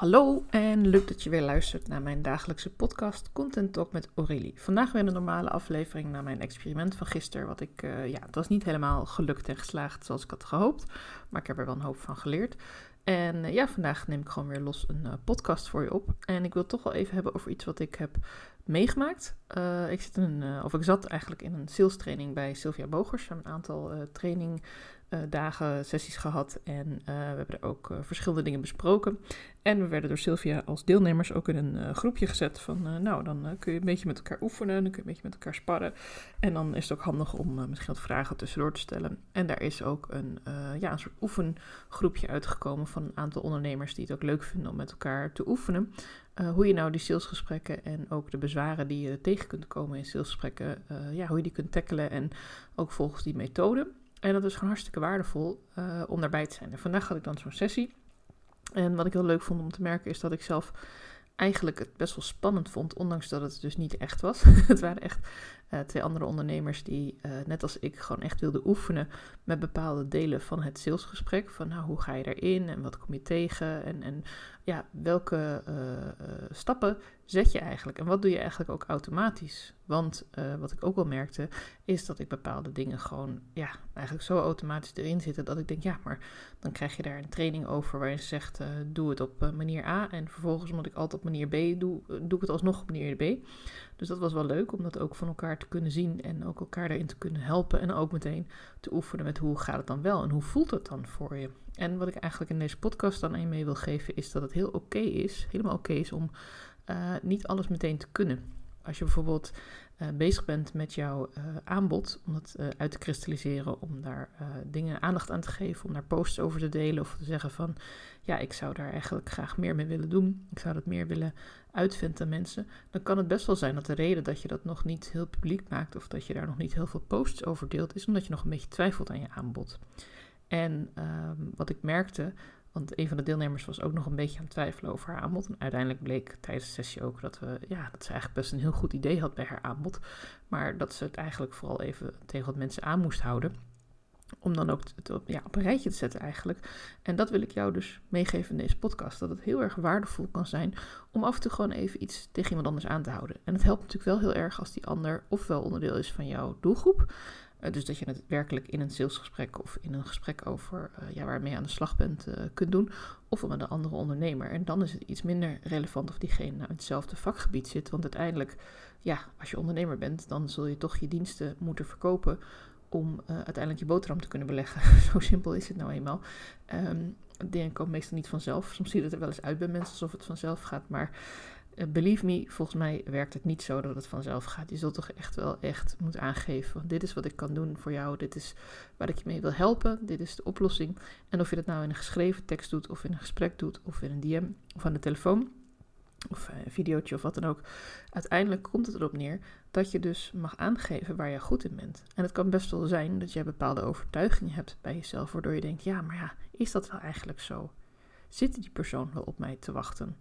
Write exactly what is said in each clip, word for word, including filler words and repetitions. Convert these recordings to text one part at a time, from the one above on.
Hallo en leuk dat je weer luistert naar mijn dagelijkse podcast Content Talk met Aurélie. Vandaag weer een normale aflevering na mijn experiment van gisteren. Wat ik, uh, ja, het was niet helemaal gelukt en geslaagd zoals ik had gehoopt, maar ik heb er wel een hoop van geleerd. En uh, ja, vandaag neem ik gewoon weer los een uh, podcast voor je op. En ik wil het toch wel even hebben over iets wat ik heb meegemaakt. Uh, ik, zit in een, uh, of ik zat eigenlijk in een sales training bij Sylvia Bogers. We hebben een aantal uh, training uh, dagen, sessies gehad en uh, we hebben er ook uh, verschillende dingen besproken. En we werden door Sylvia als deelnemers ook in een uh, groepje gezet van, uh, nou, dan uh, kun je een beetje met elkaar oefenen, dan kun je een beetje met elkaar sparren. En dan is het ook handig om uh, misschien wat vragen tussendoor te stellen. En daar is ook een, uh, ja, een soort oefengroepje uitgekomen van een aantal ondernemers die het ook leuk vinden om met elkaar te oefenen. Uh, hoe je nou die salesgesprekken en ook de bezwaren die je tegen kunt komen in salesgesprekken, uh, ja, hoe je die kunt tackelen en ook volgens die methode. En dat is gewoon hartstikke waardevol uh, om daarbij te zijn. En vandaag had ik dan zo'n sessie. En wat ik heel leuk vond om te merken is dat ik zelf eigenlijk het best wel spannend vond, ondanks dat het dus niet echt was. Het waren echt uh, twee andere ondernemers die, uh, net als ik, gewoon echt wilden oefenen met bepaalde delen van het salesgesprek. Van nou, hoe ga je daarin en wat kom je tegen en, en ja, welke uh, uh, stappen zet je eigenlijk en wat doe je eigenlijk ook automatisch? Want uh, wat ik ook wel merkte, is dat ik bepaalde dingen gewoon, ja, eigenlijk zo automatisch erin zitten dat ik denk, ja, maar dan krijg je daar een training over waarin ze zegt, uh, doe het op uh, manier A en vervolgens, omdat ik altijd op manier B doe, uh, doe ik het alsnog op manier B. Dus dat was wel leuk om dat ook van elkaar te kunnen zien en ook elkaar daarin te kunnen helpen en ook meteen te oefenen met hoe gaat het dan wel en hoe voelt het dan voor je. En wat ik eigenlijk in deze podcast dan een mee wil geven is dat het heel oké is, helemaal oké is om uh, niet alles meteen te kunnen. Als je bijvoorbeeld uh, bezig bent met jouw uh, aanbod, om dat uh, uit te kristalliseren, om daar uh, dingen aandacht aan te geven, om daar posts over te delen of te zeggen van, ja, ik zou daar eigenlijk graag meer mee willen doen, ik zou dat meer willen uitvinden aan mensen, dan kan het best wel zijn dat de reden dat je dat nog niet heel publiek maakt of dat je daar nog niet heel veel posts over deelt, is omdat je nog een beetje twijfelt aan je aanbod. En uh, wat ik merkte, want een van de deelnemers was ook nog een beetje aan het twijfelen over haar aanbod. En uiteindelijk bleek tijdens de sessie ook dat, we, ja, dat ze eigenlijk best een heel goed idee had bij haar aanbod. Maar dat ze het eigenlijk vooral even tegen wat mensen aan moest houden. Om dan ook het op, ja, op een rijtje te zetten eigenlijk. En dat wil ik jou dus meegeven in deze podcast. Dat het heel erg waardevol kan zijn om af en toe gewoon even iets tegen iemand anders aan te houden. En het helpt natuurlijk wel heel erg als die ander ofwel onderdeel is van jouw doelgroep. Uh, dus dat je het werkelijk in een salesgesprek of in een gesprek over uh, ja, waarmee je aan de slag bent uh, kunt doen. Of met een andere ondernemer. En dan is het iets minder relevant of diegene nou in hetzelfde vakgebied zit. Want uiteindelijk, ja, als je ondernemer bent, dan zul je toch je diensten moeten verkopen om uh, uiteindelijk je boterham te kunnen beleggen. Zo simpel is het nou eenmaal. Um, dingen komen meestal niet vanzelf. Soms ziet het er wel eens uit bij mensen alsof het vanzelf gaat. Maar uh, believe me, volgens mij werkt het niet zo dat het vanzelf gaat. Je zult toch echt wel echt moeten aangeven. Want dit is wat ik kan doen voor jou. Dit is waar ik je mee wil helpen. Dit is de oplossing. En of je dat nou in een geschreven tekst doet of in een gesprek doet of in een D M of aan de telefoon. Of een videootje of wat dan ook. Uiteindelijk komt het erop neer dat je dus mag aangeven waar je goed in bent. En het kan best wel zijn dat je bepaalde overtuigingen hebt bij jezelf, waardoor je denkt, ja, maar ja, is dat wel eigenlijk zo? Zit die persoon wel op mij te wachten?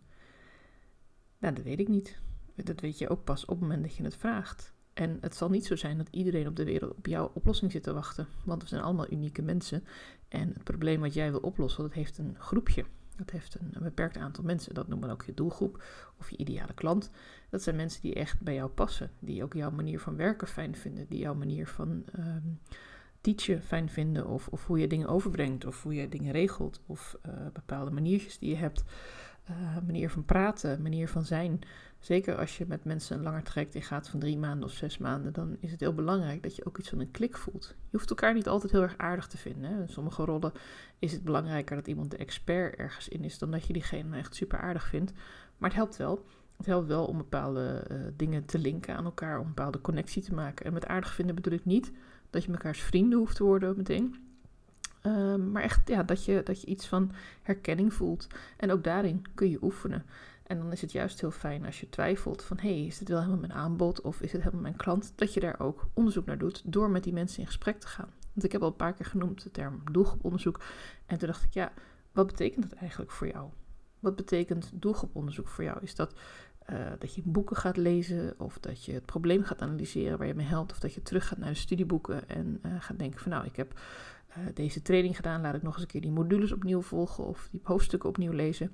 Nou, dat weet ik niet. Dat weet je ook pas op het moment dat je het vraagt. En het zal niet zo zijn dat iedereen op de wereld op jouw oplossing zit te wachten. Want we zijn allemaal unieke mensen. En het probleem wat jij wil oplossen, dat heeft een groepje. Dat heeft een, een beperkt aantal mensen. Dat noemen we ook je doelgroep of je ideale klant. Dat zijn mensen die echt bij jou passen. Die ook jouw manier van werken fijn vinden. Die jouw manier van um, teachen fijn vinden. Of, of hoe je dingen overbrengt. Of hoe je dingen regelt. Of uh, bepaalde maniertjes die je hebt. Uh, manier van praten, manier van zijn. Zeker als je met mensen een langer traject in gaat van drie maanden of zes maanden, dan is het heel belangrijk dat je ook iets van een klik voelt. Je hoeft elkaar niet altijd heel erg aardig te vinden. Hè? In sommige rollen is het belangrijker dat iemand de expert ergens in is, dan dat je diegene echt super aardig vindt. Maar het helpt wel. Het helpt wel om bepaalde uh, dingen te linken aan elkaar, om een bepaalde connectie te maken. En met aardig vinden bedoel ik niet dat je mekaars vrienden hoeft te worden meteen. Uh, maar echt ja, dat, je, dat je iets van herkenning voelt. En ook daarin kun je oefenen. En dan is het juist heel fijn als je twijfelt van, hé, hey, is dit wel helemaal mijn aanbod of is dit helemaal mijn klant? Dat je daar ook onderzoek naar doet door met die mensen in gesprek te gaan. Want ik heb al een paar keer genoemd de term doelgroeponderzoek. En toen dacht ik, ja, wat betekent dat eigenlijk voor jou? Wat betekent doelgroeponderzoek voor jou? Is dat uh, dat je boeken gaat lezen of dat je het probleem gaat analyseren waar je mee helpt? Of dat je terug gaat naar de studieboeken en uh, gaat denken van, nou, ik heb uh, deze training gedaan, laat ik nog eens een keer die modules opnieuw volgen of die hoofdstukken opnieuw lezen.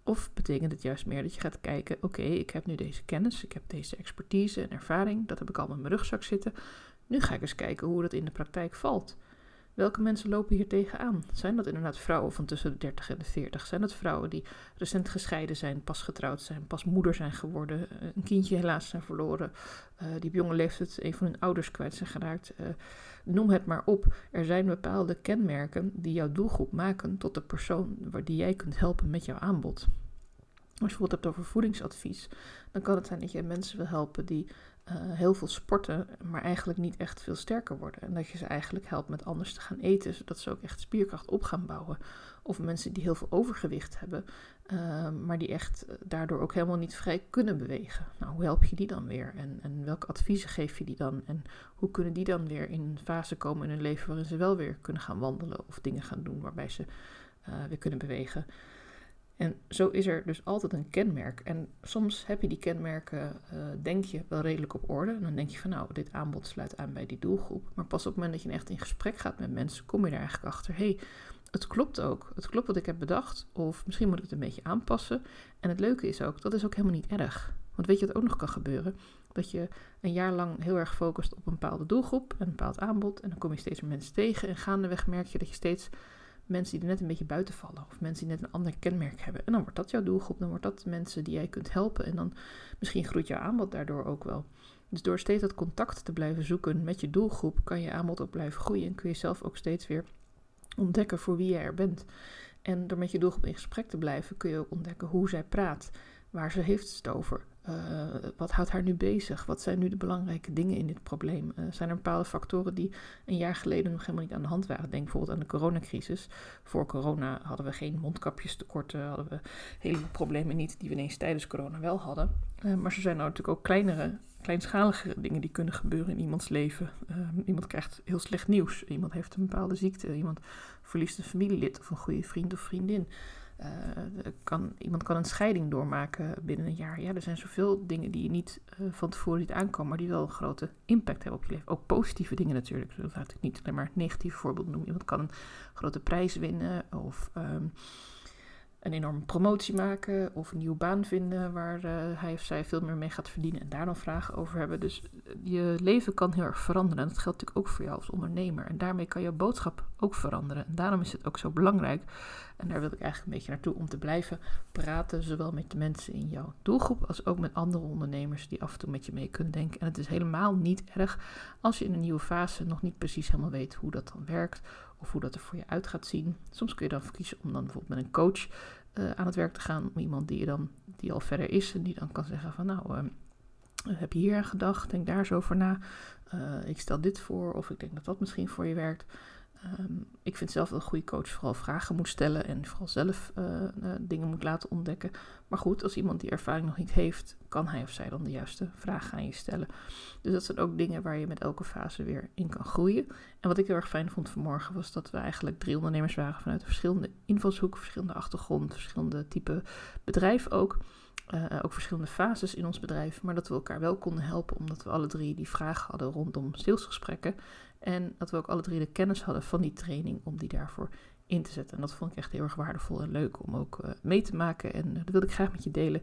Of betekent het juist meer dat je gaat kijken, oké, okay, ik heb nu deze kennis, ik heb deze expertise en ervaring, dat heb ik allemaal in mijn rugzak zitten. Nu ga ik eens kijken hoe dat in de praktijk valt. Welke mensen lopen hier tegenaan? Zijn dat inderdaad vrouwen van tussen de dertig en de veertig? Zijn dat vrouwen die recent gescheiden zijn, pas getrouwd zijn, pas moeder zijn geworden, een kindje helaas zijn verloren, uh, die op jonge leeftijd een van hun ouders kwijt zijn geraakt? Uh, noem het maar op. Er zijn bepaalde kenmerken die jouw doelgroep maken tot de persoon waar die jij kunt helpen met jouw aanbod. Als je bijvoorbeeld hebt over voedingsadvies, dan kan het zijn dat je mensen wil helpen die uh, heel veel sporten, maar eigenlijk niet echt veel sterker worden. En dat je ze eigenlijk helpt met anders te gaan eten, zodat ze ook echt spierkracht op gaan bouwen. Of mensen die heel veel overgewicht hebben, uh, maar die echt daardoor ook helemaal niet vrij kunnen bewegen. Nou, hoe help je die dan weer? En, en welke adviezen geef je die dan? En hoe kunnen die dan weer in een fase komen in hun leven waarin ze wel weer kunnen gaan wandelen of dingen gaan doen waarbij ze uh, weer kunnen bewegen? En zo is er dus altijd een kenmerk. En soms heb je die kenmerken, uh, denk je, wel redelijk op orde. En dan denk je van nou, dit aanbod sluit aan bij die doelgroep. Maar pas op het moment dat je echt in gesprek gaat met mensen, kom je er eigenlijk achter. Hé, hey, het klopt ook. Het klopt wat ik heb bedacht. Of misschien moet ik het een beetje aanpassen. En het leuke is ook, dat is ook helemaal niet erg. Want weet je wat ook nog kan gebeuren? Dat je een jaar lang heel erg focust op een bepaalde doelgroep en een bepaald aanbod. En dan kom je steeds meer mensen tegen. En gaandeweg merk je dat je steeds mensen die er net een beetje buiten vallen. Of mensen die net een ander kenmerk hebben. En dan wordt dat jouw doelgroep. Dan wordt dat mensen die jij kunt helpen. En dan misschien groeit jouw aanbod daardoor ook wel. Dus door steeds dat contact te blijven zoeken met je doelgroep, kan je aanbod ook blijven groeien. En kun je zelf ook steeds weer ontdekken voor wie jij er bent. En door met je doelgroep in gesprek te blijven, kun je ook ontdekken hoe zij praat. Waar ze heeft het over. Uh, wat houdt haar nu bezig? Wat zijn nu de belangrijke dingen in dit probleem? Uh, zijn er bepaalde factoren die een jaar geleden nog helemaal niet aan de hand waren? Denk bijvoorbeeld aan de coronacrisis. Voor corona hadden we geen mondkapjestekorten, hadden we hele problemen niet die we ineens tijdens corona wel hadden. Uh, maar er zijn nou natuurlijk ook kleinere, kleinschaligere dingen die kunnen gebeuren in iemands leven. Uh, iemand krijgt heel slecht nieuws. Iemand heeft een bepaalde ziekte. Iemand verliest een familielid of een goede vriend of vriendin. Uh, kan, iemand kan een scheiding doormaken binnen een jaar. Ja, er zijn zoveel dingen die je niet uh, van tevoren niet aankomen, maar die wel een grote impact hebben op je leven. Ook positieve dingen natuurlijk. Dat laat ik niet alleen maar negatieve voorbeeld noemen. Iemand kan een grote prijs winnen of um, een enorme promotie maken of een nieuwe baan vinden waar uh, hij of zij veel meer mee gaat verdienen en daar dan vragen over hebben. Dus je leven kan heel erg veranderen en dat geldt natuurlijk ook voor jou als ondernemer. En daarmee kan jouw boodschap ook veranderen. En daarom is het ook zo belangrijk, en daar wil ik eigenlijk een beetje naartoe, om te blijven praten, zowel met de mensen in jouw doelgroep als ook met andere ondernemers die af en toe met je mee kunnen denken. En het is helemaal niet erg als je in een nieuwe fase nog niet precies helemaal weet hoe dat dan werkt of hoe dat er voor je uit gaat zien. Soms kun je dan kiezen om dan bijvoorbeeld met een coach uh, aan het werk te gaan, om iemand die, je dan, die al verder is en die dan kan zeggen van nou, uh, heb je hier aan gedacht, denk daar zo over na, uh, ik stel dit voor of ik denk dat dat misschien voor je werkt. Um, ik vind zelf dat een goede coach vooral vragen moet stellen en vooral zelf uh, uh, dingen moet laten ontdekken. Maar goed, als iemand die ervaring nog niet heeft, kan hij of zij dan de juiste vragen aan je stellen. Dus dat zijn ook dingen waar je met elke fase weer in kan groeien. En wat ik heel erg fijn vond vanmorgen was dat we eigenlijk drie ondernemers waren vanuit verschillende invalshoeken, verschillende achtergrond, verschillende type bedrijf ook. Uh, ook verschillende fases in ons bedrijf, maar dat we elkaar wel konden helpen omdat we alle drie die vragen hadden rondom salesgesprekken en dat we ook alle drie de kennis hadden van die training om die daarvoor in te zetten. En dat vond ik echt heel erg waardevol en leuk om ook uh, mee te maken en uh, dat wilde ik graag met je delen.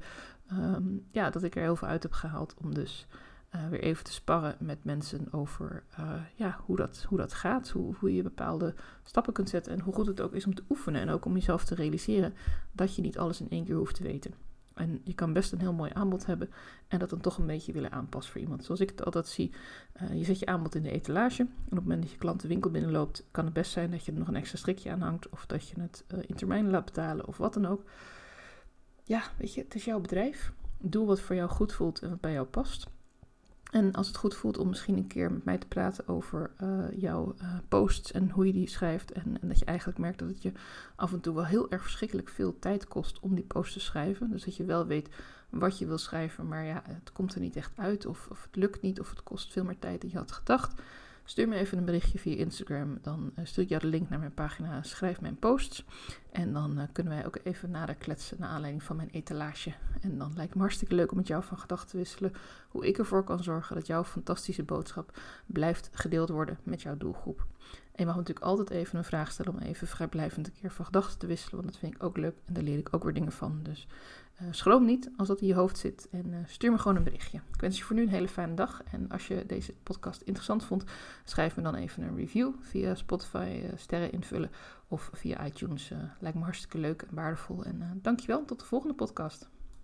Um, ja, dat ik er heel veel uit heb gehaald om dus uh, weer even te sparren met mensen over uh, ja, hoe, dat, hoe dat gaat, hoe, hoe je bepaalde stappen kunt zetten en hoe goed het ook is om te oefenen en ook om jezelf te realiseren dat je niet alles in één keer hoeft te weten. En je kan best een heel mooi aanbod hebben en dat dan toch een beetje willen aanpassen voor iemand. Zoals ik het altijd zie, uh, je zet je aanbod in de etalage en op het moment dat je klant de winkel binnenloopt, kan het best zijn dat je er nog een extra strikje aan hangt of dat je het uh, in termijnen laat betalen of wat dan ook. Ja, weet je, het is jouw bedrijf. Doe wat voor jou goed voelt en wat bij jou past. En als het goed voelt om misschien een keer met mij te praten over uh, jouw uh, posts en hoe je die schrijft. En, en dat je eigenlijk merkt dat het je af en toe wel heel erg verschrikkelijk veel tijd kost om die post te schrijven. Dus dat je wel weet wat je wil schrijven, maar ja, het komt er niet echt uit. Of, of het lukt niet, of het kost veel meer tijd dan je had gedacht. Stuur me even een berichtje via Instagram. Dan uh, stuur ik jou de link naar mijn pagina Schrijf Mijn Posts. En dan uh, kunnen wij ook even nader kletsen naar aanleiding van mijn etalage. En dan lijkt het me hartstikke leuk om met jou van gedachten te wisselen. Hoe ik ervoor kan zorgen dat jouw fantastische boodschap blijft gedeeld worden met jouw doelgroep. En je mag natuurlijk altijd even een vraag stellen om even vrijblijvend een keer van gedachten te wisselen. Want dat vind ik ook leuk en daar leer ik ook weer dingen van. Dus uh, schroom niet als dat in je hoofd zit en uh, stuur me gewoon een berichtje. Ik wens je voor nu een hele fijne dag. En als je deze podcast interessant vond, schrijf me dan even een review via Spotify, uh, sterren invullen of via iTunes. Uh, lijkt me hartstikke leuk en waardevol. En uh, dankjewel, tot de volgende podcast.